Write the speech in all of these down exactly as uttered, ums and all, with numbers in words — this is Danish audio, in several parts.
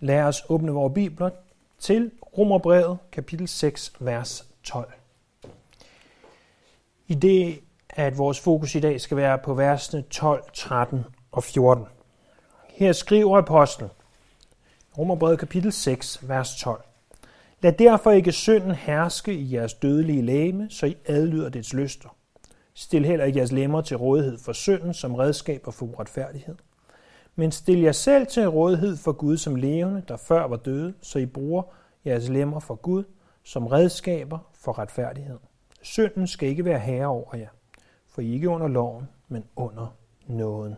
Lad os åbne vores bibler til Romerbrevet, kapitel seks, vers tolv. I det, at vores fokus i dag skal være på versene tolv, tretten og fjorten. Her skriver apostlen, Romerbrevet kapitel seks, vers tolv. Lad derfor ikke synden herske i jeres dødelige legeme, så I adlyder dets lyster. Stil heller ikke jeres lemmer til rådighed for synden som redskaber for uretfærdighed. Men stil jer selv til rådighed for Gud som levende, der før var døde, så I bruger jeres lemmer for Gud som redskaber for retfærdighed. Synden skal ikke være herre over jer, for I ikke under loven, men under nåden.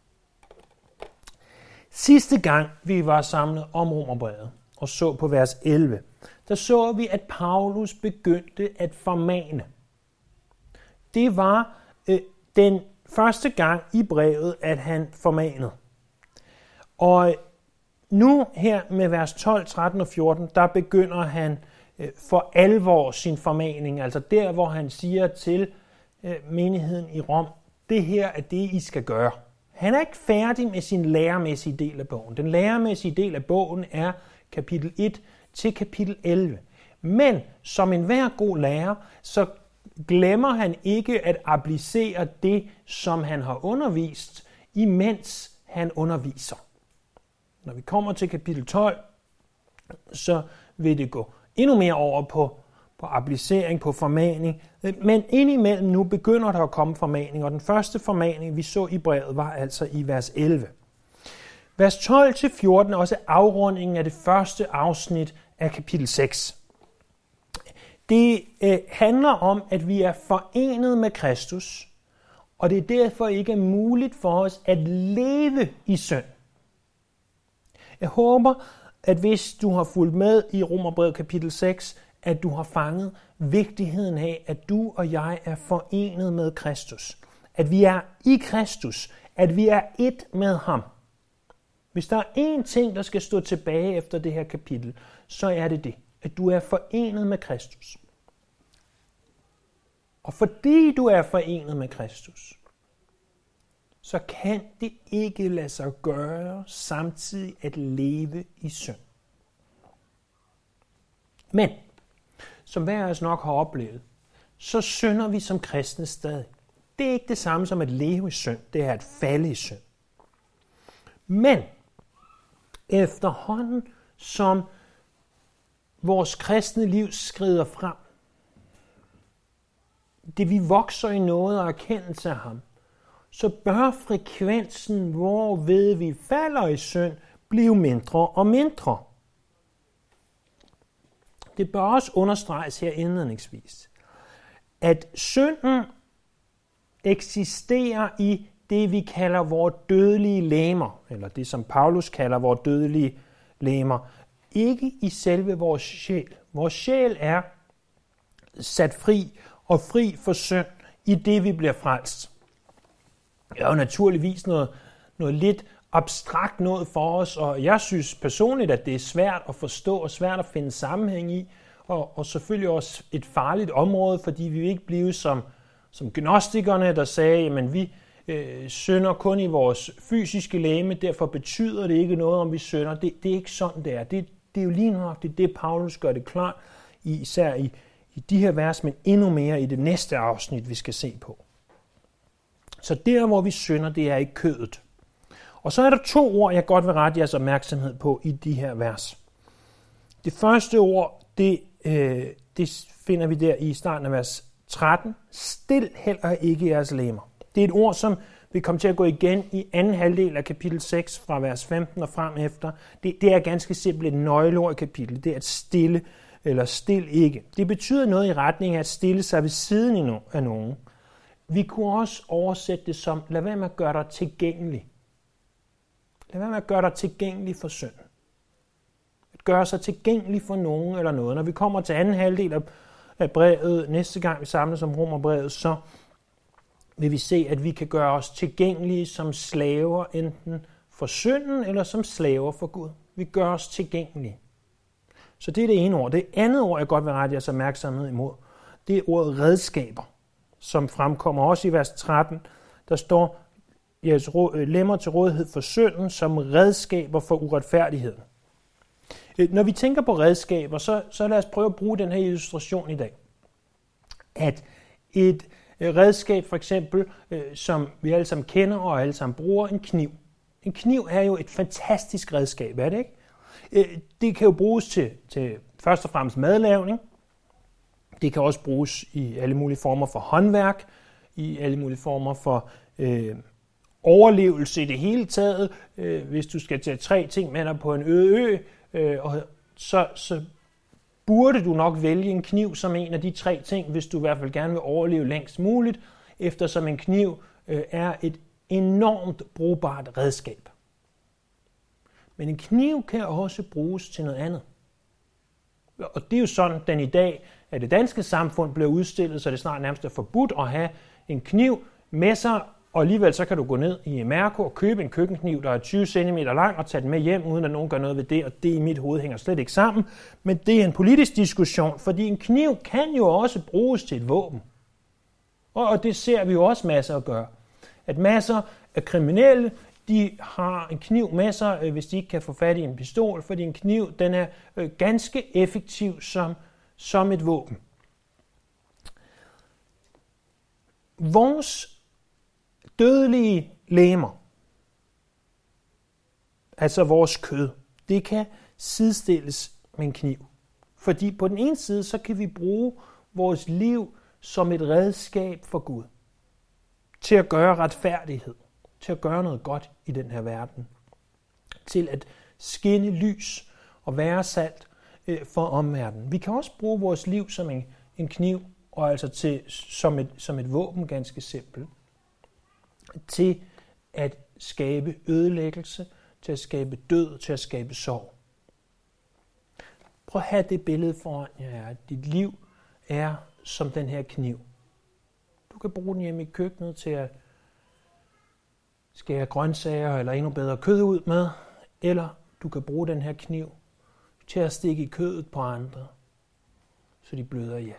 Sidste gang vi var samlet om Romerbrevet og så på vers elleve, der så vi, at Paulus begyndte at formane. Det var øh, den første gang i brevet, at han formanede. Og nu her med vers tolv, tretten og fjorten, der begynder han øh, for alvor sin formaning, altså der, hvor han siger til øh, menigheden i Rom, det her er det, I skal gøre. Han er ikke færdig med sin læremæssige del af bogen. Den læremæssige del af bogen er kapitel et til kapitel elleve. Men som enhver god lærer, så glemmer han ikke at applicere det, som han har undervist, imens han underviser. Når vi kommer til kapitel tolv, så vil det gå endnu mere over på, på applicering, på formaning. Men indimellem nu begynder der at komme formaning, og den første formaning, vi så i brevet, var altså i vers elleve. Vers tolv til fjorten er også afrundingen af det første afsnit af kapitel seks. Det øh, handler om, at vi er forenet med Kristus, og det er derfor ikke muligt for os at leve i synd. Jeg håber, at hvis du har fulgt med i Romerbrevet kapitel seks, at du har fanget vigtigheden af, at du og jeg er forenet med Kristus. At vi er i Kristus, at vi er et med ham. Hvis der er én ting, der skal stå tilbage efter det her kapitel, så er det det, at du er forenet med Kristus. Og fordi du er forenet med Kristus, så kan det ikke lade sig gøre samtidig at leve i synd. Men, som hver af os nok har oplevet, så synder vi som kristne stadig. Det er ikke det samme som at leve i synd, det er at falde i synd. Men, efterhånden som vores kristne liv skrider frem, det vi vokser i noget og erkendelse af ham, så bør frekvensen, hvorved vi falder i synd, blive mindre og mindre. Det bør også understreges her indledningsvis, at synden eksisterer i det, vi kalder vores dødelige legemer, eller det, som Paulus kalder vores dødelige legemer, ikke i selve vores sjæl. Vores sjæl er sat fri og fri for synd i det, vi bliver frelst. Det er jo naturligvis noget, noget lidt abstrakt noget for os, og jeg synes personligt, at det er svært at forstå og svært at finde sammenhæng i, og, og selvfølgelig også et farligt område, fordi vi vil ikke blive som, som gnostikerne, der sagde, at vi øh, synder kun i vores fysiske legeme, derfor betyder det ikke noget, om vi synder. Det, det er ikke sådan, det er. Det, det er jo lige nok det, det Paulus gør det klart, især i, i de her vers, men endnu mere i det næste afsnit, vi skal se på. Så der, hvor vi synder, det er i kødet. Og så er der to ord, jeg godt vil rette jeres opmærksomhed på i de her vers. Det første ord, det, øh, det finder vi der i starten af vers tretten. Stil heller ikke jeres lemmer. Det er et ord, som vil komme til at gå igen i anden halvdel af kapitel seks, fra vers femten og frem efter. Det, det er ganske simpelt et nøgleord i kapitlet. Det er at stille eller stil ikke. Det betyder noget i retning af at stille sig ved siden af nogen. Vi kunne også oversætte det som, lad være med at gøre dig tilgængelig. Lad være med at gøre dig tilgængelig for synd. At gøre sig tilgængelig for nogen eller noget. Når vi kommer til anden halvdel af brevet, næste gang vi samles om Romerbrevet, så vil vi se, at vi kan gøre os tilgængelige som slaver, enten for synden eller som slaver for Gud. Vi gør os tilgængelige. Så det er det ene ord. Det andet ord, jeg godt vil rette jeres opmærksomhed imod, det er ordet redskaber, som fremkommer også i vers tretten. Der står, jeres lemmer til rådighed for synden som redskaber for uretfærdigheden. Når vi tænker på redskaber, så, så lad os prøve at bruge den her illustration i dag. At et redskab for eksempel, som vi alle sammen kender og alle sammen bruger, en kniv. En kniv er jo et fantastisk redskab, er det ikke? Det kan jo bruges til, til først og fremmest madlavning. Det kan også bruges i alle mulige former for håndværk, i alle mulige former for øh, overlevelse i det hele taget. Øh, hvis du skal tage tre ting med dig på en øde ø, øh, og så, så burde du nok vælge en kniv som en af de tre ting, hvis du i hvert fald gerne vil overleve længst muligt, eftersom en kniv øh, er et enormt brugbart redskab. Men en kniv kan også bruges til noget andet. Og det er jo sådan, den i dag, at det danske samfund bliver udstillet, så det snart nærmest er forbudt at have en kniv med sig, og alligevel så kan du gå ned i Mærko og købe en køkkenkniv, der er tyve centimeter lang, og tage den med hjem, uden at nogen gør noget ved det, og det i mit hoved hænger slet ikke sammen. Men det er en politisk diskussion, fordi en kniv kan jo også bruges til et våben. Og det ser vi jo også masser at gøre. At masser af kriminelle, de har en kniv med sig, hvis de ikke kan få fat i en pistol, fordi en kniv, den er ganske effektiv som, som et våben. Vores dødelige legemer, altså vores kød, det kan sidestilles med en kniv. Fordi på den ene side, så kan vi bruge vores liv som et redskab for Gud. Til at gøre retfærdighed. Til at gøre noget godt i den her verden. Til at skinne lys og være salt øh, for omverdenen. Vi kan også bruge vores liv som en, en kniv, og altså til, som, et, som et våben ganske simpelt. Til at skabe ødelæggelse, til at skabe død, til at skabe sorg. Prøv at have det billede foran jer, at dit liv er som den her kniv. Du kan bruge den hjemme i køkkenet til at skære grøntsager eller endnu bedre kød ud med, eller du kan bruge den her kniv til at stikke i kødet på andre, så de bløder ihjel.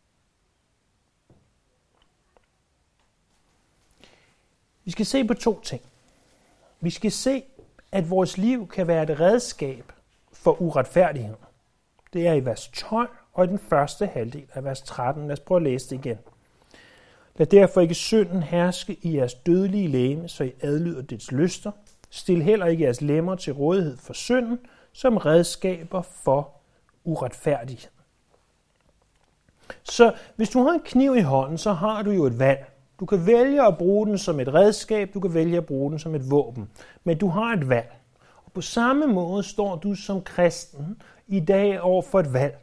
Vi skal se på to ting. Vi skal se, at vores liv kan være et redskab for uretfærdighed. Det er i vers tolv og i den første halvdel af vers tretten. Lad os prøve at læse det igen. Lad derfor ikke synden herske i jeres dødelige legeme, så I adlyder dets lyster. Stil heller ikke jeres lemmer til rådighed for synden, som redskaber for uretfærdighed. Så hvis du har en kniv i hånden, så har du jo et valg. Du kan vælge at bruge den som et redskab, du kan vælge at bruge den som et våben. Men du har et valg. Og på samme måde står du som kristen i dag over for et valg.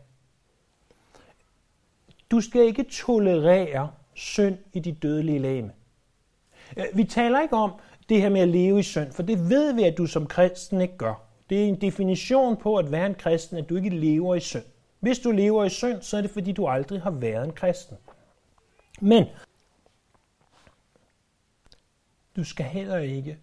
Du skal ikke tolerere synd i dit dødelige legeme. Vi taler ikke om det her med at leve i synd, for det ved vi, at du som kristen ikke gør. Det er en definition på at være en kristen, at du ikke lever i synd. Hvis du lever i synd, så er det fordi, du aldrig har været en kristen. Men du skal heller ikke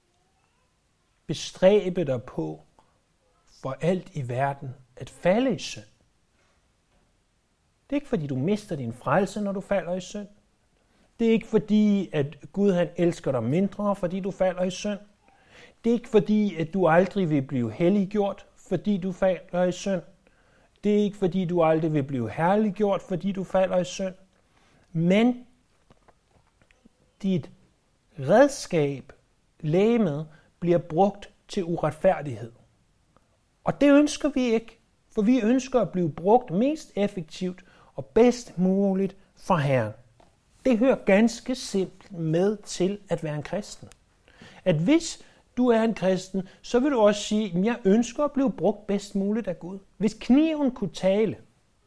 bestræbe dig på for alt i verden at falde i synd. Det er ikke fordi, du mister din frelse, når du falder i synd. Det er ikke fordi, at Gud han elsker dig mindre, fordi du falder i synd. Det er ikke fordi, at du aldrig vil blive helliggjort, fordi du falder i synd. Det er ikke fordi, du aldrig vil blive herliggjort, fordi du falder i synd. Men dit redskab, legemet, bliver brugt til uretfærdighed. Og det ønsker vi ikke, for vi ønsker at blive brugt mest effektivt og bedst muligt for Herren. Det hører ganske simpelt med til at være en kristen. At hvis du er en kristen, så vil du også sige, at jeg ønsker at blive brugt bedst muligt af Gud. Hvis kniven kunne tale,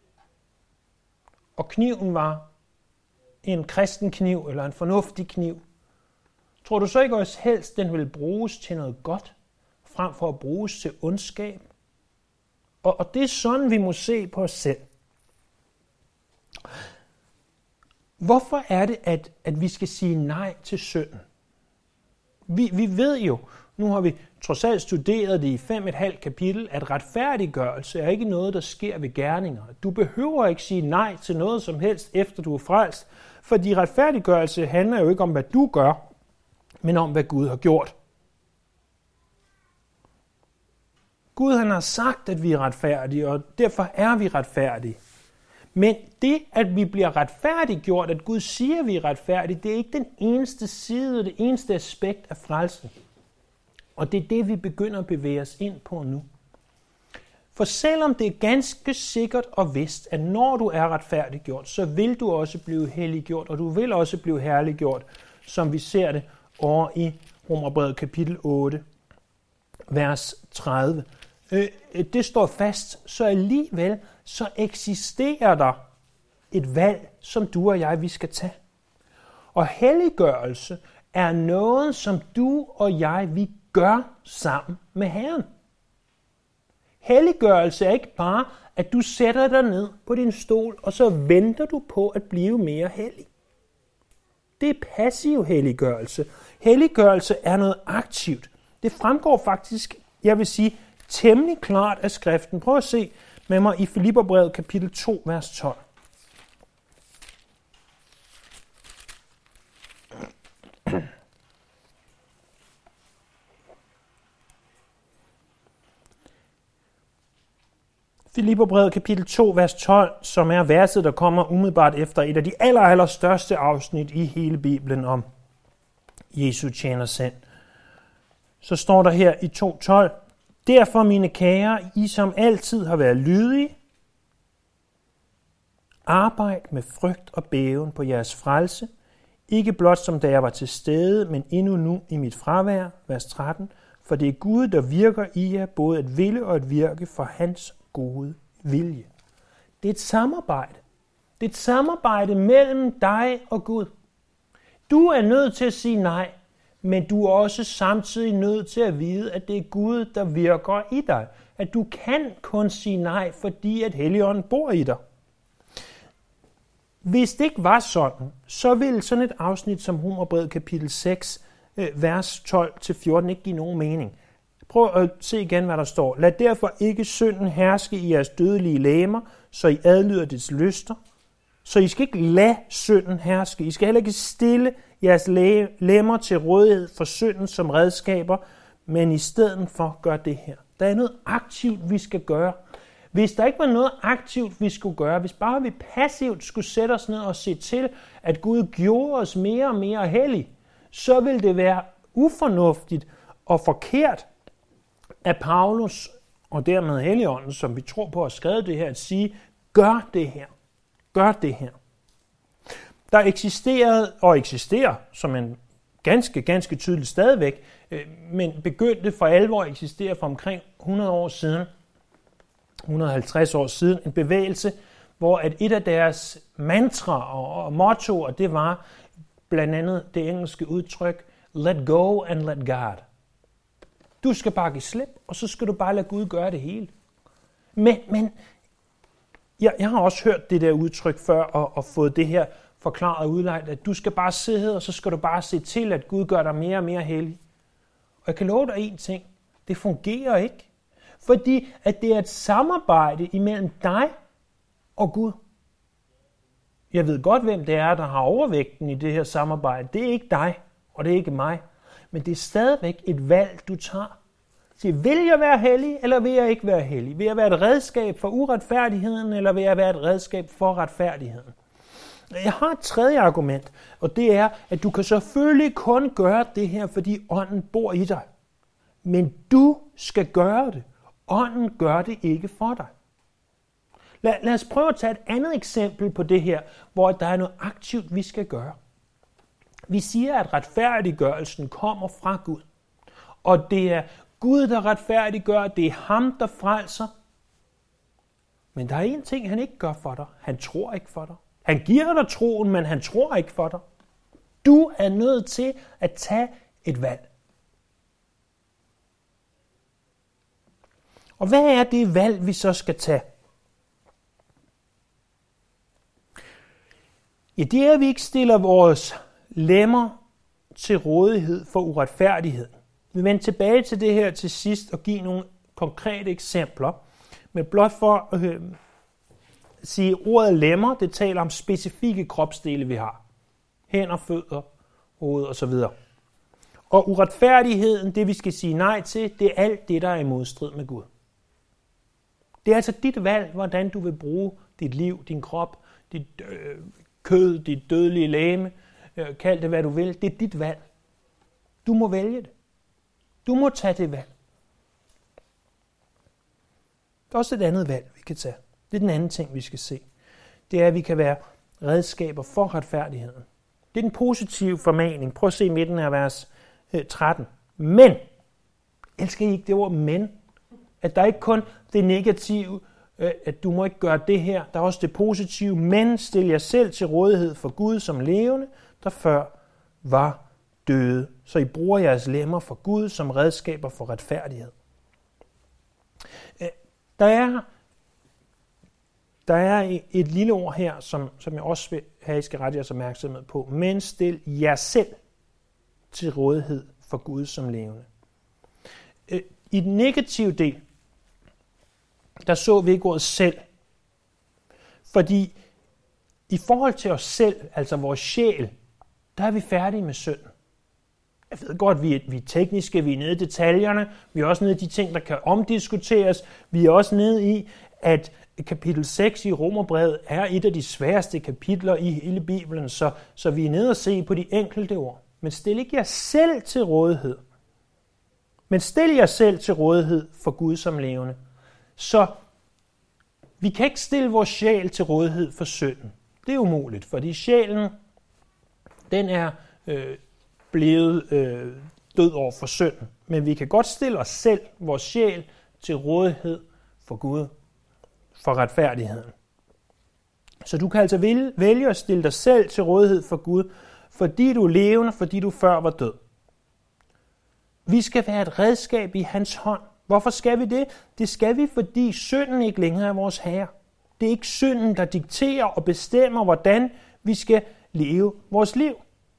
og kniven var en kristen kniv eller en fornuftig kniv, tror du så ikke også helst, den vil bruges til noget godt, frem for at bruges til ondskab? Og, og det er sådan, vi må se på os selv. Hvorfor er det, at, at vi skal sige nej til synden? Vi, vi ved jo, nu har vi trods alt studeret det i fem og et halvt kapitel, at retfærdiggørelse er ikke noget, der sker ved gerninger. Du behøver ikke sige nej til noget som helst, efter du er frelst, fordi retfærdiggørelse handler jo ikke om, hvad du gør, men om, hvad Gud har gjort. Gud han har sagt, at vi er retfærdige, og derfor er vi retfærdige. Men det, at vi bliver retfærdiggjort, at Gud siger, at vi er retfærdige, det er ikke den eneste side, det eneste aspekt af frelsen. Og det er det, vi begynder at bevæge os ind på nu. For selvom det er ganske sikkert og vist, at når du er retfærdiggjort, så vil du også blive helliggjort, og du vil også blive herliggjort, som vi ser det over i Romerbrevet kapitel otte, vers tredive. Det står fast, så alligevel så eksisterer der et valg, som du og jeg, vi skal tage. Og helliggørelse er noget, som du og jeg, vi gør sammen med Herren. Helliggørelse er ikke bare, at du sætter dig ned på din stol, og så venter du på at blive mere hellig. Det er passiv helliggørelse. Helliggørelse er noget aktivt. Det fremgår faktisk, jeg vil sige, temmelig klart af skriften. Prøv at se med mig i Filipperbrevet kapitel to, vers tolv. Filipperbrevet kapitel to, vers tolv, som er verset, der kommer umiddelbart efter et af de aller, aller største afsnit i hele Bibelen om Jesu tjenersand. Så står der her i to tolv, derfor mine kære, I som altid har været lydige, arbejd med frygt og bæven på jeres frelse, ikke blot som da jeg var til stede, men endnu nu i mit fravær, vers tretten, for det er Gud, der virker i jer, både at ville og at virke for hans gode vilje. Det er et samarbejde. Det er et samarbejde mellem dig og Gud. Du er nødt til at sige nej, men du er også samtidig nødt til at vide, at det er Gud, der virker i dig. At du kan kun sige nej, fordi at Helligånden bor i dig. Hvis det ikke var sådan, så ville sådan et afsnit som Romerbrevet kapitel seks, vers tolv til fjorten ikke give nogen mening. Prøv at se igen, hvad der står. Lad derfor ikke synden herske i jeres dødelige legemer, så I adlyder dets lyster. Så I skal ikke lade synden herske. I skal heller ikke stille jeres lemmer til rådighed for synden som redskaber, men i stedet for gør det her. Der er noget aktivt, vi skal gøre. Hvis der ikke var noget aktivt, vi skulle gøre, hvis bare vi passivt skulle sætte os ned og se til, at Gud gjorde os mere og mere hellige, så ville det være ufornuftigt og forkert af Paulus og dermed Helligånden, som vi tror på har skrevet det her, at sige, gør det her. Gør det her. Der eksisterede og eksisterer, som en ganske, ganske tydeligt stadigvæk, men begyndte for alvor at eksistere for omkring hundrede år siden, et hundrede og halvtreds år siden, en bevægelse, hvor at et af deres mantra og mottoer, det var blandt andet det engelske udtryk, let go and let God. Du skal bare give slip, og så skal du bare lade Gud gøre det hele. Men, men jeg, jeg har også hørt det der udtryk før, og, og fået det her forklaret og udlagt, at du skal bare sidde her, og så skal du bare se til, at Gud gør dig mere og mere hellig. Og jeg kan love dig en ting, det fungerer ikke. Fordi at det er et samarbejde imellem dig og Gud. Jeg ved godt, hvem det er, der har overvægten i det her samarbejde. Det er ikke dig, og det er ikke mig. Men det er stadigvæk et valg, du tager. Så vil jeg være hellig, eller vil jeg ikke være hellig? Vil jeg være et redskab for uretfærdigheden, eller vil jeg være et redskab for retfærdigheden? Jeg har et tredje argument, og det er, at du kan selvfølgelig kun gøre det her, fordi ånden bor i dig. Men du skal gøre det. Ånden gør det ikke for dig. Lad, lad os prøve at tage et andet eksempel på det her, hvor der er noget aktivt, vi skal gøre. Vi siger, at retfærdiggørelsen kommer fra Gud. Og det er Gud, der retfærdiggør. Det er ham, der frelser. Men der er en ting, han ikke gør for dig. Han tror ikke for dig. Han giver dig troen, men han tror ikke for dig. Du er nødt til at tage et valg. Og hvad er det valg, vi så skal tage? Ja, det er, at vi ikke stiller vores lemmer til rådighed for uretfærdighed. Vi vender tilbage til det her til sidst og give nogle konkrete eksempler. Men blot for at øh, sige, ordet lemmer, det taler om specifikke kropsdele, vi har. Hænder, fødder, hoved osv. Og uretfærdigheden, det vi skal sige nej til, det er alt det, der er i modstrid med Gud. Det er altså dit valg, hvordan du vil bruge dit liv, din krop, dit øh, kød, dit dødelige legeme. Øh, kald det, hvad du vil. Det er dit valg. Du må vælge det. Du må tage det valg. Der er også et andet valg, vi kan tage. Det er den anden ting, vi skal se. Det er, at vi kan være redskaber for retfærdigheden. Det er den positive formaning. Prøv at se midten af vers tretten. Men, elsker I ikke det ord men? At der ikke kun det negative, at du må ikke gøre det her. Der er også det positive. Men stil jer selv til rådighed for Gud som levende, der før var døde. Så I bruger jeres lemmer for Gud som redskaber for retfærdighed. Der er, der er et lille ord her, som, som jeg også vil have, I skal rette jeres opmærksomhed på. Men stil jer selv til rådighed for Gud som levende. I den negative del, der så vi ikke ordet selv. Fordi i forhold til os selv, altså vores sjæl, der er vi færdige med synden. Jeg ved godt, vi er, vi er tekniske, vi er nede i detaljerne, vi er også nede i de ting, der kan omdiskuteres. Vi er også nede i, at kapitel seks i Romerbrevet er et af de sværeste kapitler i hele Bibelen, så, så vi er nede og se på de enkelte ord. Men stil ikke jer selv til rådighed. Men stil jer selv til rådighed for Gud som levende. Så vi kan ikke stille vores sjæl til rådighed for synden. Det er umuligt, fordi sjælen, den er øh, blevet øh, død over for synden. Men vi kan godt stille os selv, vores sjæl, til rådighed for Gud, for retfærdigheden. Så du kan altså vælge, vælge at stille dig selv til rådighed for Gud, fordi du er levende, fordi du før var død. Vi skal være et redskab i hans hånd. Hvorfor skal vi det? Det skal vi, fordi synden ikke længere er vores herre. Det er ikke synden, der dikterer og bestemmer, hvordan vi skal leve vores liv.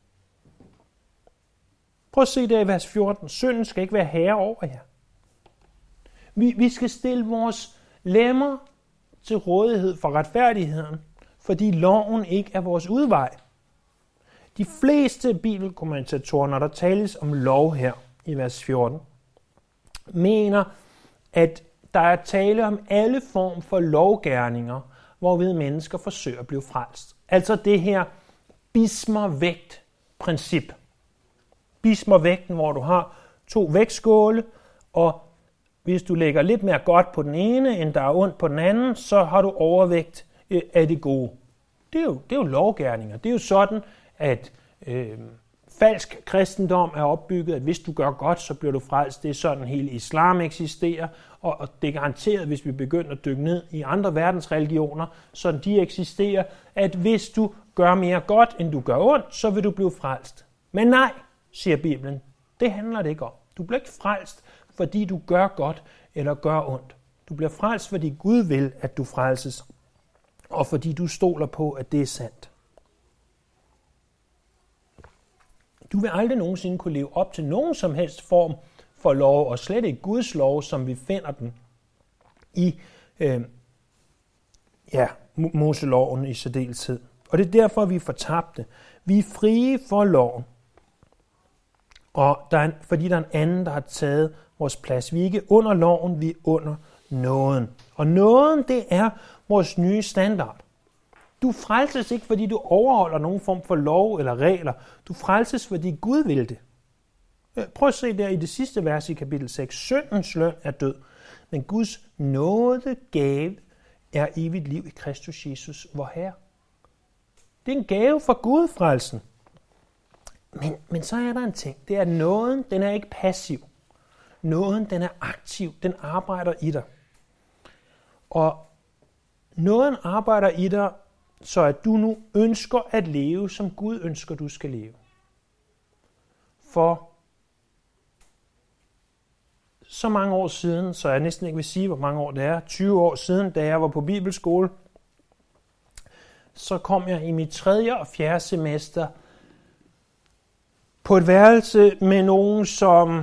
Prøv at se der i vers fjorten. Synden skal ikke være herre over jer. Vi, vi skal stille vores lemmer til rådighed for retfærdigheden, fordi loven ikke er vores udvej. De fleste bibelkommentatorer, når der tales om lov her i vers fjorten, mener, at der er tale om alle form for lovgerninger, hvorved mennesker forsøger at blive frelst. Altså det her bismer-vægt-princip. Bismer-vægten, hvor du har to vægtskåle, og hvis du lægger lidt mere godt på den ene, end der er ondt på den anden, så har du overvægt af det gode. Det er jo, det er jo lovgerninger. Det er jo sådan, at øh, falsk kristendom er opbygget, at hvis du gør godt, så bliver du frelst. Det er sådan, hele islam eksisterer, og, og det er garanteret, hvis vi begynder at dykke ned i andre verdensreligioner, sådan de eksisterer, at hvis du gør mere godt, end du gør ondt, så vil du blive frelst. Men nej, siger Bibelen, det handler det ikke om. Du bliver ikke frelst, fordi du gør godt eller gør ondt. Du bliver frelst, fordi Gud vil, at du frelses, og fordi du stoler på, at det er sandt. Du vil aldrig nogensinde kunne leve op til nogen som helst form for lov, og slet ikke Guds lov, som vi finder den i øh, ja, Moseloven i særdeleshed. Og det er derfor, vi er fortabte. Vi er frie for loven, og der er, fordi der er en anden, der har taget vores plads. Vi er ikke under loven, vi er under nåden. Og nåden, det er vores nye standard. Du frelses ikke, fordi du overholder nogen form for lov eller regler. Du frelses, fordi Gud vil det. Prøv at se der i det sidste vers i kapitel seks. Syndens løn er død, men Guds nådegave er evigt liv i Kristus Jesus, vor Herre. Det er en gave fra Gud, frelsen. Men, men så er der en ting. Det er, at nåden, den er ikke passiv. Nåden, den er aktiv. Den arbejder i dig. Og nåden arbejder i dig, så at du nu ønsker at leve, som Gud ønsker, du skal leve. For så mange år siden, så jeg næsten ikke vil sige, hvor mange år det er, tyve år siden, da jeg var på bibelskole, så kom jeg i mit tredje og fjerde semester på et værelse med nogen, som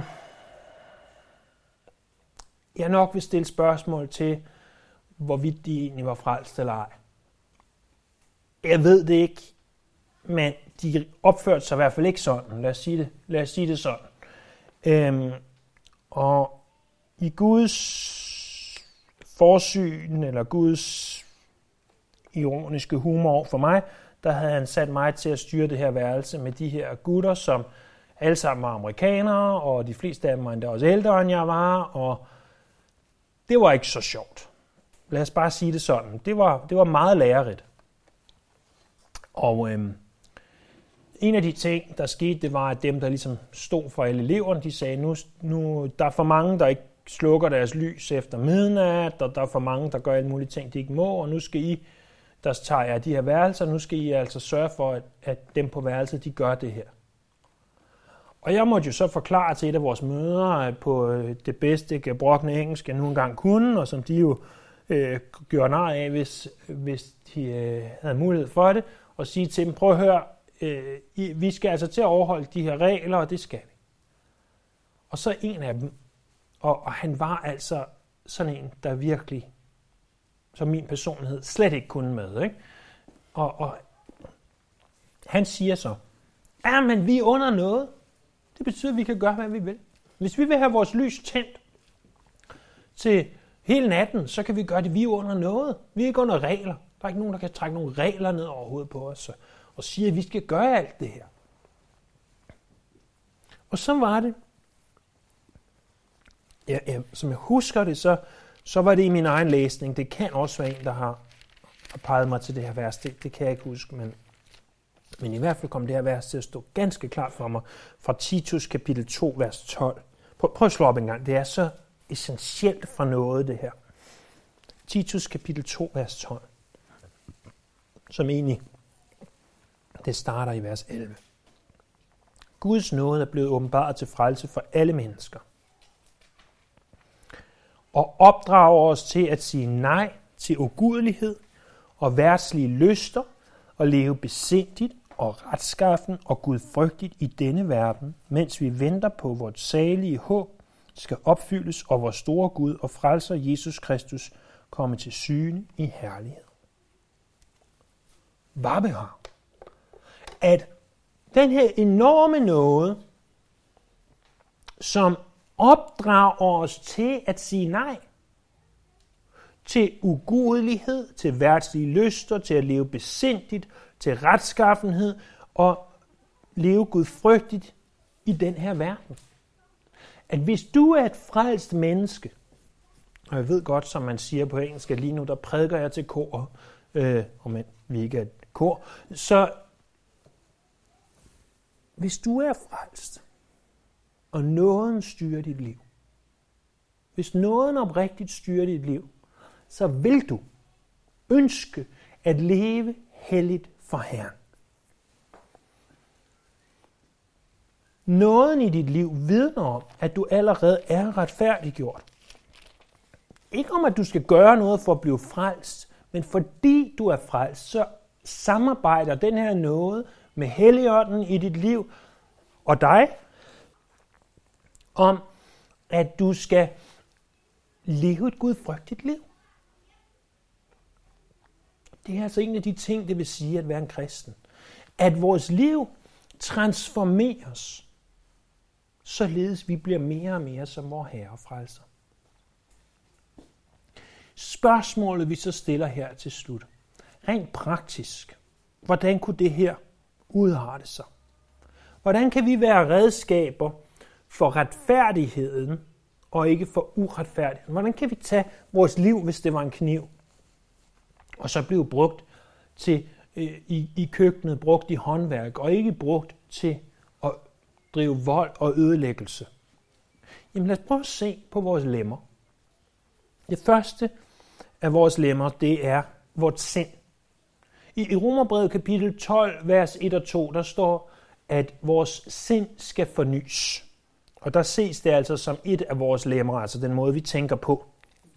jeg nok vil stille spørgsmål til, hvorvidt de egentlig var frelst eller ej. Jeg ved det ikke, men de opførte sig i hvert fald ikke sådan. Lad os sige det, Lad os sige det sådan. Øhm, og i Guds forsyn eller Guds ironiske humor for mig, der havde han sat mig til at styre det her værelse med de her gutter, som alle sammen var amerikanere, og de fleste af dem var endda også ældre, end jeg var, og det var ikke så sjovt. Lad os bare sige det sådan. Det var, det var meget lærerigt. Og øhm, en af de ting, der skete, det var, at dem, der ligesom stod for alle eleverne, de sagde, nu, nu der er for mange, der ikke slukker deres lys efter midnat, og der er for mange, der gør alle mulige ting, de ikke må, og nu skal I, der tager jeg de her værelser, nu skal I altså sørge for, at, at dem på værelset, de gør det her. Og jeg måtte jo så forklare til et af vores møder på det bedste gebrokne engelsk, jeg nu engang kunne, og som de jo øh, gjorde nar af, hvis, hvis de øh, havde mulighed for det, og sige til dem, prøv at høre, øh, I, vi skal altså til at overholde de her regler, og det skal vi. Og så en af dem, og, og han var altså sådan en, der virkelig, som min personlighed, slet ikke kunne med. Ikke? Og, og han siger så, ja, men vi er under noget. Det betyder, at vi kan gøre, hvad vi vil. Hvis vi vil have vores lys tændt til hele natten, så kan vi gøre det, vi er under noget. Vi er ikke under regler. Der er ikke nogen, der kan trække nogle regler ned over hovedet på os og sige, at vi skal gøre alt det her. Og så var det, ja, ja, som jeg husker det, så, så var det i min egen læsning. Det kan også være en, der har, har peget mig til det her vers. Det, det kan jeg ikke huske, men, men i hvert fald kom det her vers til at stå ganske klart for mig fra Titus kapitel to, vers tolv. Prøv, prøv at slå op en gang. Det er så essentielt fra noget, det her. Titus kapitel to, vers tolv. Som egentlig, det starter i vers elleve. Guds nåde er blevet åbenbaret til frelse for alle mennesker. Og opdrager os til at sige nej til ugudelighed og verdslige lyster og leve besindigt og retskaffen og gudfrygtigt i denne verden, mens vi venter på, at vores salige håb skal opfyldes, og vores store Gud og frelser Jesus Kristus komme til syne i herlighed. Hvad behag? At den her enorme nåde, som opdrager os til at sige nej til ugudelighed, til verdslige lyster, til at leve besindigt, til retskaffenhed og leve gudfrygtigt i den her verden. At hvis du er et frelst menneske, og jeg ved godt, som man siger på engelsk, at lige nu der prædiker jeg til kor, øh, om vi ikke er et kor, så hvis du er frelst, og nåden styrer dit liv, hvis nåden oprigtigt styrer dit liv, så vil du ønske at leve helligt for Herren. Nåden i dit liv vidner om, at du allerede er retfærdiggjort. Ikke om, at du skal gøre noget for at blive frelst, men fordi du er frelst, så samarbejder den her nåde med Helligånden i dit liv og dig, om at du skal leve et gudfrygtigt liv. Det er altså en af de ting, det vil sige at være en kristen. At vores liv transformeres, således vi bliver mere og mere som vor Herre og Frelser. Spørgsmålet, vi så stiller her til slut. Rent praktisk, hvordan kunne det her udarte sig? Hvordan kan vi være redskaber for retfærdigheden og ikke for uretfærdigheden? Hvordan kan vi tage vores liv, hvis det var en kniv, og så blive brugt til øh, i, i køkkenet, brugt i håndværk, og ikke brugt til at drive vold og ødelæggelse? Jamen lad os prøve at se på vores lemmer. Det første af vores lemmer, det er vores sind. I, i Romerbrevet kapitel tolv, vers et og to, der står, at vores sind skal fornys. Og der ses det altså som et af vores lemmer, altså den måde, vi tænker på.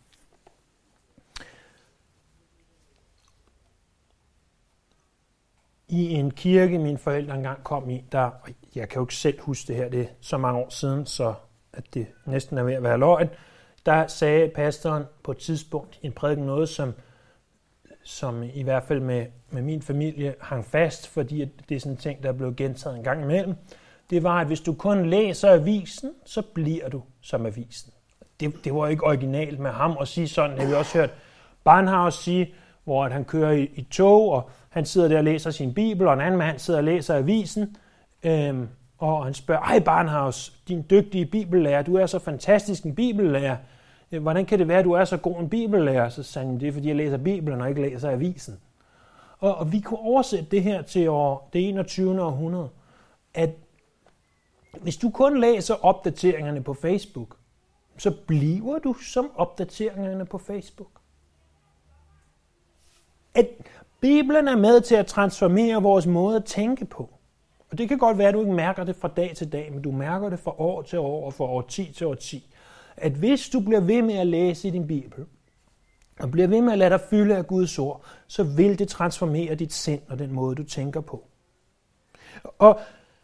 I en kirke, mine forældre engang kom i, der, jeg kan jo ikke selv huske det her, det er så mange år siden, så at det næsten er ved at være løgn, der sagde pastoren på et tidspunkt i en prædiken noget, som, som i hvert fald med, med min familie hang fast, fordi det er sådan en ting, der er blevet gentaget en gang imellem. Det var, at hvis du kun læser avisen, så bliver du som avisen. det, det var ikke originalt med ham at sige sådan. Det har vi også hørt Barnhouse sige, hvor at han kører i, i tog, og han sidder der og læser sin bibel, og en anden mand sidder og læser avisen, øhm, og han spørger, ej Barnhouse, din dygtige bibellærer, du er så fantastisk en bibellærer. Hvordan kan det være, at du er så god en bibellærer? Så sagde han, det er, fordi jeg læser Bibelen og ikke læser avisen. Og, og vi kunne oversætte det her til år, det enogtyvende århundrede, at hvis du kun læser opdateringerne på Facebook, så bliver du som opdateringerne på Facebook. At Bibelen er med til at transformere vores måde at tænke på. Og det kan godt være, at du ikke mærker det fra dag til dag, men du mærker det fra år til år og fra årti til årti. At hvis du bliver ved med at læse i din Bibel, og bliver ved med at lade dig fylde af Guds ord, så vil det transformere dit sind og den måde, du tænker på. Og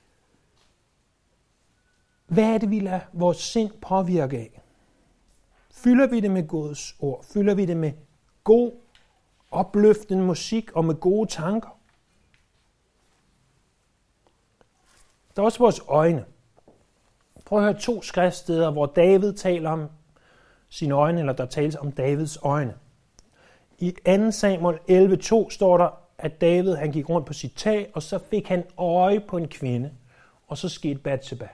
hvad er det, vi lader vores sind påvirke af? Fylder vi det med Guds ord? Fylder vi det med god, opløftende musik og med gode tanker? Der er også vores øjne. Prøv at høre to skriftsteder, hvor David taler om sine øjne, eller der tales om Davids øjne. I anden Samuel elleve to står der, at David han gik rundt på sit tag, og så fik han øje på en kvinde, og så skete Batseba.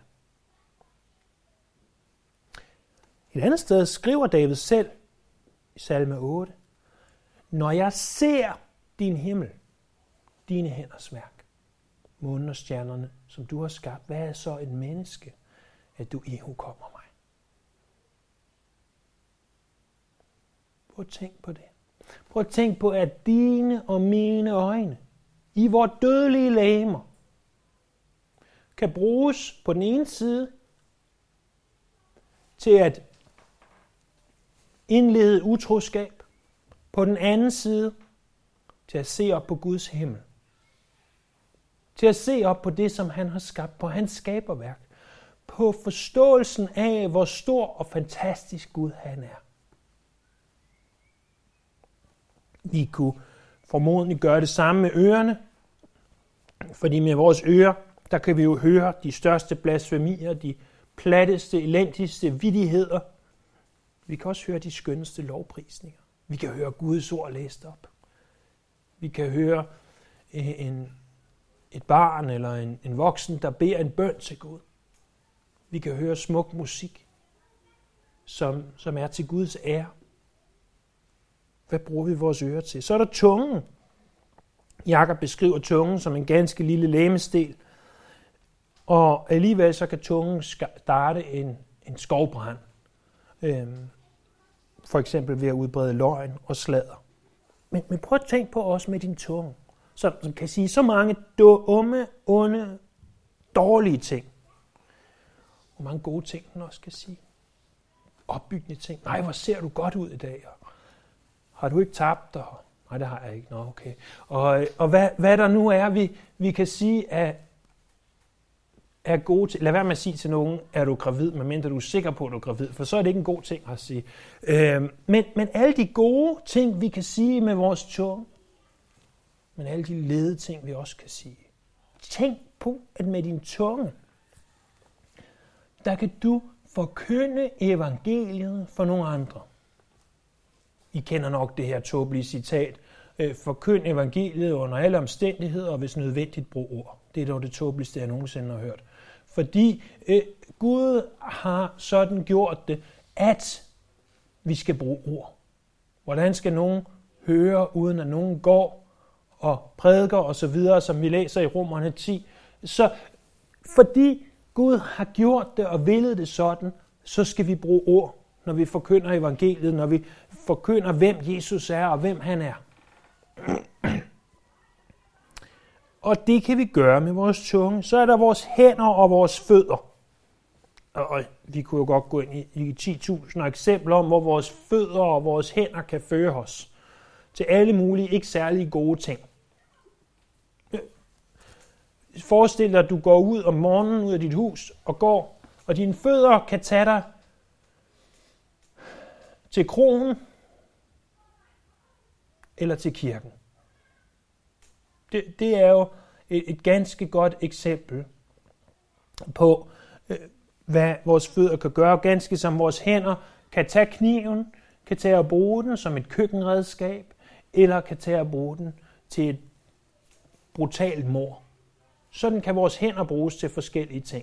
Et andet sted skriver David selv i salme otte, når jeg ser din himmel, dine hænders værk, månen og stjernerne, som du har skabt, hvad er så en menneske, at du ihukommer mig? Prøv at tænk på det. Prøv at tænk på, at dine og mine øjne i vores dødelige legemer kan bruges på den ene side til at indlede utroskab, på den anden side til at se op på Guds himmel. Til at se op på det, som han har skabt, på hans skaberværk. På forståelsen af, hvor stor og fantastisk Gud han er. Vi kunne formodentlig gøre det samme med ørerne, fordi med vores ører, der kan vi jo høre de største blasfemier, de platteste, elendigste vittigheder. Vi kan også høre de skønneste lovprisninger. Vi kan høre Guds ord læst op. Vi kan høre en, et barn eller en, en voksen, der beder en bøn til Gud. Vi kan høre smuk musik, som, som er til Guds ære. Hvad bruger vi vores ører til? Så er der tungen. Jakob beskriver tungen som en ganske lille legemsdel. Og alligevel så kan tungen starte en, en skovbrand. Øhm, for eksempel ved at udbrede løgn og sladder. Men, men prøv at tænke på os med din tunge, som, som kan sige så mange dumme, onde, dårlige ting. Hvor mange gode ting den også kan sige. Opbyggende ting. Nej, hvor ser du godt ud i dag. Har du ikke tabt dig? Nej, det har jeg ikke. Nå, okay. Og, og hvad, hvad der nu er, vi, vi kan sige, er, er gode til. Lad være med at sige til nogen, er du gravid, medmindre du er sikker på, at du er gravid, for så er det ikke en god ting at sige. Øh, men, men alle de gode ting, vi kan sige med vores tunge, men alle de lede ting, vi også kan sige. Tænk på, at med din tunge, der kan du forkynde evangeliet for nogle andre. I kender nok det her tåbelige citat. Forkynd evangeliet under alle omstændigheder, og hvis nødvendigt brug ord. Det er dog det tåbeligste, jeg nogensinde har hørt. Fordi øh, Gud har sådan gjort det, at vi skal bruge ord. Hvordan skal nogen høre, uden at nogen går og prædiker osv., som vi læser i Romerne ti? Så fordi Gud har gjort det og villet det sådan, så skal vi bruge ord, når vi forkynder evangeliet, når vi forkynder, hvem Jesus er og hvem han er. Og det kan vi gøre med vores tunge. Så er der vores hænder og vores fødder. Og vi kunne jo godt gå ind i, i ti tusind eksempler om, hvor vores fødder og vores hænder kan føre os til alle mulige, ikke særlig gode ting. Forestil dig, at du går ud om morgenen ud af dit hus og går, og dine fødder kan tage dig til kronen eller til kirken. Det, det er jo et, et ganske godt eksempel på, øh, hvad vores fødder kan gøre. Ganske som vores hænder kan tage kniven, kan tage og bruge den som et køkkenredskab, eller kan tage og bruge den til et brutalt mord. Sådan kan vores hænder bruges til forskellige ting.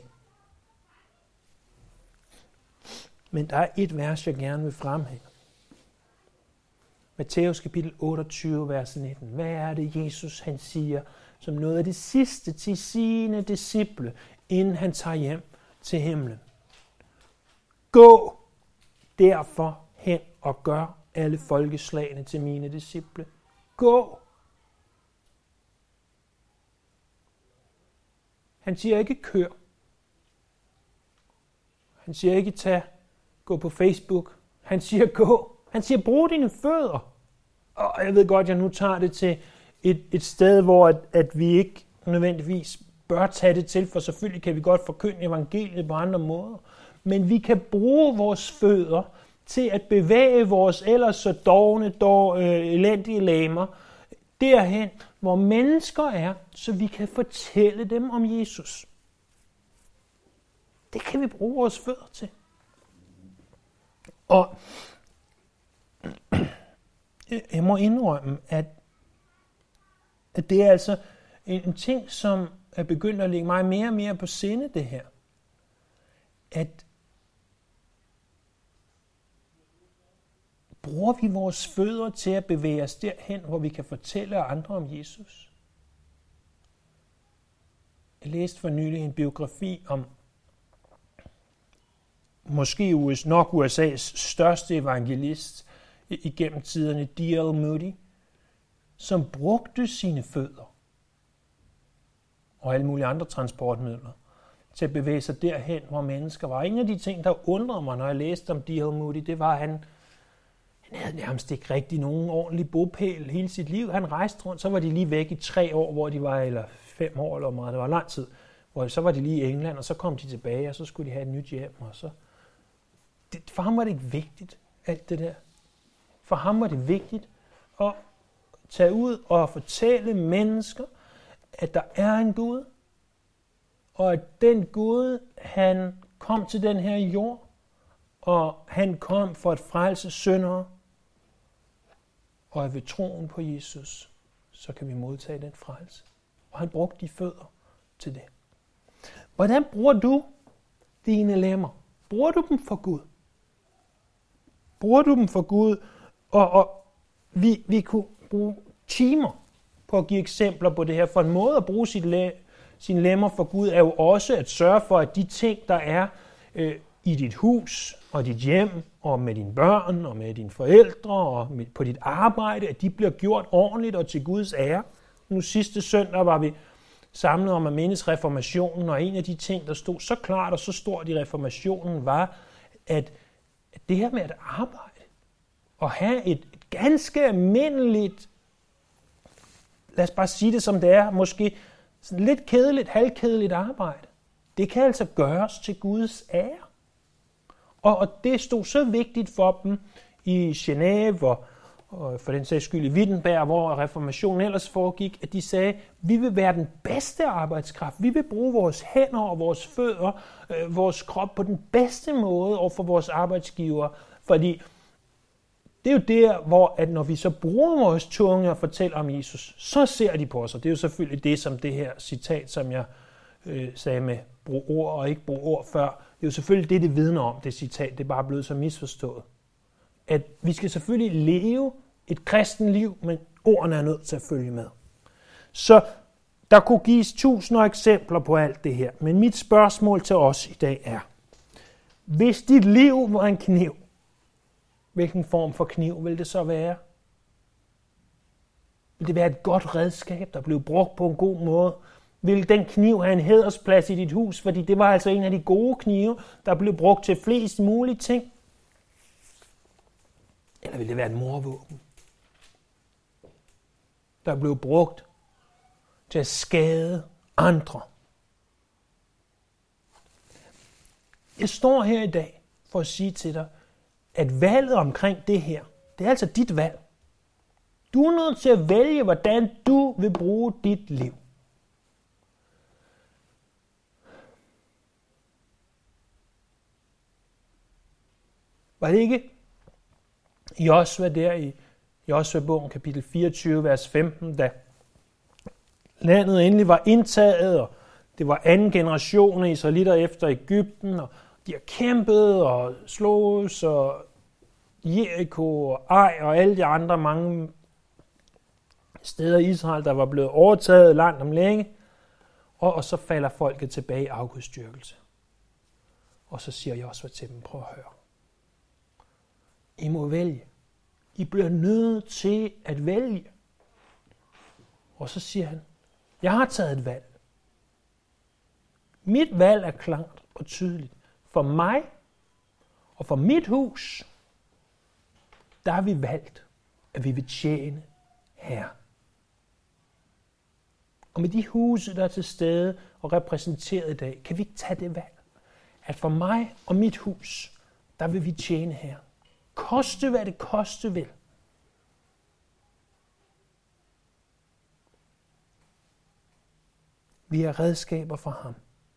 Men der er et vers, jeg gerne vil fremhæve. Matthæus kapitel otteogtyve, vers nitten. Hvad er det, Jesus han siger som noget af det sidste til sine disciple, inden han tager hjem til himlen? Gå derfor hen og gør alle folkeslagene til mine disciple. Gå. Han siger ikke kør. Han siger ikke tag, gå på Facebook. Han siger gå. Han siger brug dine fødder. Og jeg ved godt, jeg nu tager det til et, et sted, hvor at, at vi ikke nødvendigvis bør tage det til, for selvfølgelig kan vi godt forkynde evangeliet på andre måder. Men vi kan bruge vores fødder til at bevæge vores ellers så dovne, dog, øh, elendige legemer derhen, hvor mennesker er, så vi kan fortælle dem om Jesus. Det kan vi bruge vores fødder til. Og jeg må indrømme, at, at det er altså en ting, som er begyndt at lægge mig mere og mere på sinde, det her. At bruger vi vores fødder til at bevæge os derhen, hvor vi kan fortælle andre om Jesus? Jeg læste for nylig en biografi om måske nok U S A's største evangelist igennem tiderne, D L Moody, som brugte sine fødder og alle mulige andre transportmidler til at bevæge sig derhen, hvor mennesker var. En af de ting, der undrede mig, når jeg læste om D L Moody, det var, at han, han havde nærmest ikke rigtig nogen ordentlig bopæl hele sit liv. Han rejste rundt, så var de lige væk i tre år, hvor de var, eller fem år eller meget, det var lang tid, hvor så var de lige i England, og så kom de tilbage, og så skulle de have et nyt hjem, og så... Det, for ham var det ikke vigtigt, alt det der. For ham var det vigtigt at tage ud og fortælle mennesker, at der er en Gud, og at den Gud, han kom til den her jord, og han kom for at frelse syndere, og at ved troen på Jesus, så kan vi modtage den frelse. Og han brugte de fødder til det. Hvordan bruger du dine lemmer? Bruger du dem for Gud? Bruger du dem for Gud? Og, og vi, vi kunne bruge timer på at give eksempler på det her. For en måde at bruge sit læ, sine lemmer for Gud er jo også at sørge for, at de ting, der er øh, i dit hus og dit hjem, og med dine børn og med dine forældre og med, på dit arbejde, at de bliver gjort ordentligt og til Guds ære. Nu sidste søndag var vi samlet om at mindes reformationen, og en af de ting, der stod så klart og så stort i reformationen, var, at det her med at arbejde og have et, et ganske almindeligt, lad os bare sige det som det er, måske sådan lidt kedeligt, halvkedeligt arbejde, det kan altså gøres til Guds ære. Og, og det stod så vigtigt for dem i Genève og, og for den sags skyld i Wittenberg, hvor reformationen ellers foregik, at de sagde, vi vil være den bedste arbejdskraft. Vi vil bruge vores hænder og vores fødder, øh, vores krop på den bedste måde over for vores arbejdsgiver. Fordi det er jo der, hvor at når vi så bruger vores tunge og fortæller om Jesus, så ser de på os. Og det er jo selvfølgelig det, som det her citat, som jeg øh, sagde med brug ord og ikke brug ord før, det er jo selvfølgelig det, det vidner om, det citat. Det er bare blevet så misforstået. At vi skal selvfølgelig leve et kristen liv, men ordene er nødt til at følge med. Så der kunne gives tusinder eksempler på alt det her. Men mit spørgsmål til os i dag er, hvis dit liv var en kniv, hvilken form for kniv vil det så være? Vil det være et godt redskab, der blev brugt på en god måde? Vil den kniv have en hædersplads i dit hus? Fordi det var altså en af de gode knive, der blev brugt til flest mulige ting. Eller vil det være et mordvåben, der blev brugt til at skade andre? Jeg står her i dag for at sige til dig, at valget omkring det her, det er altså dit valg. Du er nødt til at vælge, hvordan du vil bruge dit liv. Var det ikke Josva der i Josva-bogen kapitel fireogtyve, vers femten, da landet endelig var indtaget, og det var anden generation af israelitter efter Egypten, og de har kæmpet og slås, og Jericho og Ai og alle de andre mange steder i Israel, der var blevet overtaget langt om længe, og, og så falder folket tilbage i afgudstyrkelse. Og så siger Josva til dem, prøv at høre. I må vælge. I bliver nødt til at vælge. Og så siger han, jeg har taget et valg. Mit valg er klart og tydeligt. For mig og for mit hus, der har vi valgt, at vi vil tjene Herren. Og med de huse, der er til stede og repræsenteret i dag, kan vi ikke tage det valg, at for mig og mit hus, der vil vi tjene Herren. Koste hvad det koste vil. Vi er redskaber for ham.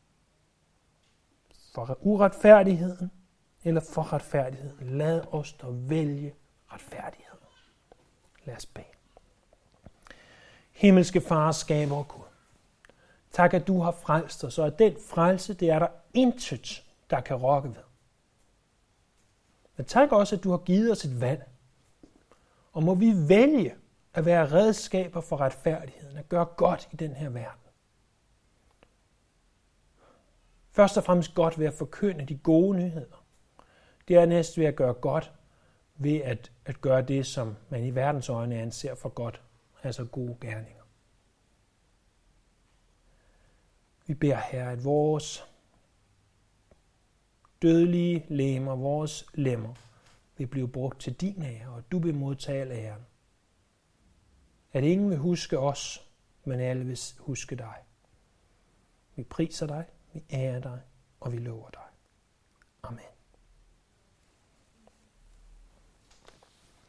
For uretfærdigheden eller for retfærdigheden. Lad os da vælge retfærdigheden. Lad os bede. Himmelske Far, skaber og Gud. Tak, at du har frelst os, og at den frelse, det er der intet, der kan rokke ved. Men tak også, at du har givet os et valg. Og må vi vælge at være redskaber for retfærdigheden, at gøre godt i den her verden. Først og fremmest godt ved at forkynde de gode nyheder. Det er næst ved at gøre godt, ved at, at gøre det, som man i verdens øjne anser for godt, altså gode gerninger. Vi beder, Herre, at vores dødelige lemmer, vores lemmer, vil blive brugt til din ære, og at du vil modtage al æren. At ingen vil huske os, men alle vil huske dig. Vi priser dig, vi ærer dig, og vi lover dig. Amen.